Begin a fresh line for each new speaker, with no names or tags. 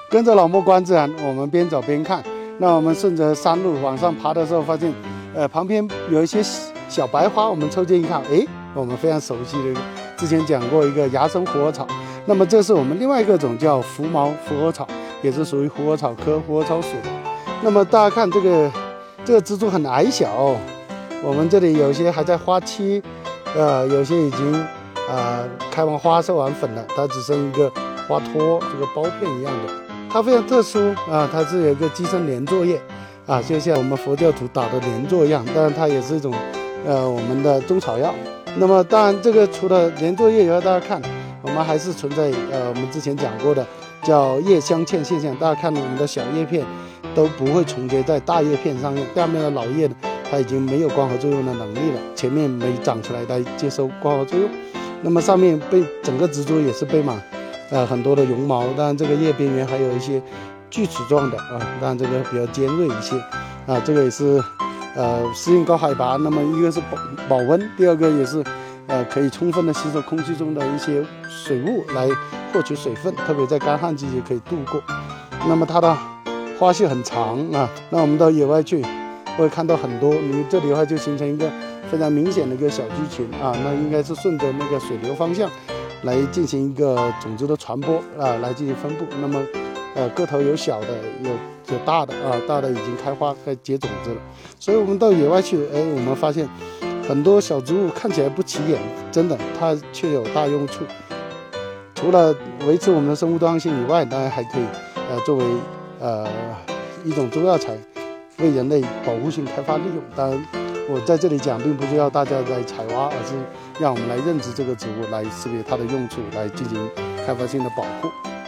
跟着老莫观自然，我们边走边看。那我们顺着山路往上爬的时候，发现，旁边有一些小白花，我们凑近一看，哎，我们非常熟悉的，之前讲过一个芽生虎耳草。那么这是我们另外一个种叫浮毛虎耳草，也是属于虎耳草科虎耳草属的。那么大家看这个蜘蛛很矮小，我们这里有些还在花期，有些已经开完花授完粉了，它只剩一个花托，这个苞片一样的。它非常特殊啊，它是有一个寄生连座叶啊，就像我们佛教徒打的连坐一样，当然它也是一种我们的中草药。那么当然这个除了连座叶以外，大家看我们还是存在我们之前讲过的叫叶镶嵌现象。大家看我们的小叶片都不会重叠在大叶片上面，下面的老叶呢，它已经没有光合作用的能力了，前面没长出来来接收光合作用。那么上面被整个植株也是被满很多的绒毛，当然这个叶边缘还有一些锯齿状的啊，当然这个比较尖锐一些啊，这个也是适应高海拔。那么一个是保温，第二个也是可以充分的吸收空气中的一些水雾来获取水分，特别在干旱季节可以度过。那么它的花序很长啊，那我们到野外去会看到很多，你这里的话就形成一个非常明显的一个小居群啊，那应该是顺着那个水流方向来进行一个种子的传播啊，来进行分布。那么个头有小的，有大的啊，大的已经开花该结种子了。所以我们到野外去，我们发现很多小植物看起来不起眼，真的它却有大用处。除了维持我们的生物多样性以外，当然还可以作为一种中药材，为人类保护性开发利用。当然我在这里讲并不是要大家来采挖，而是让我们来认知这个植物，来识别它的用处，来进行开发性的保护。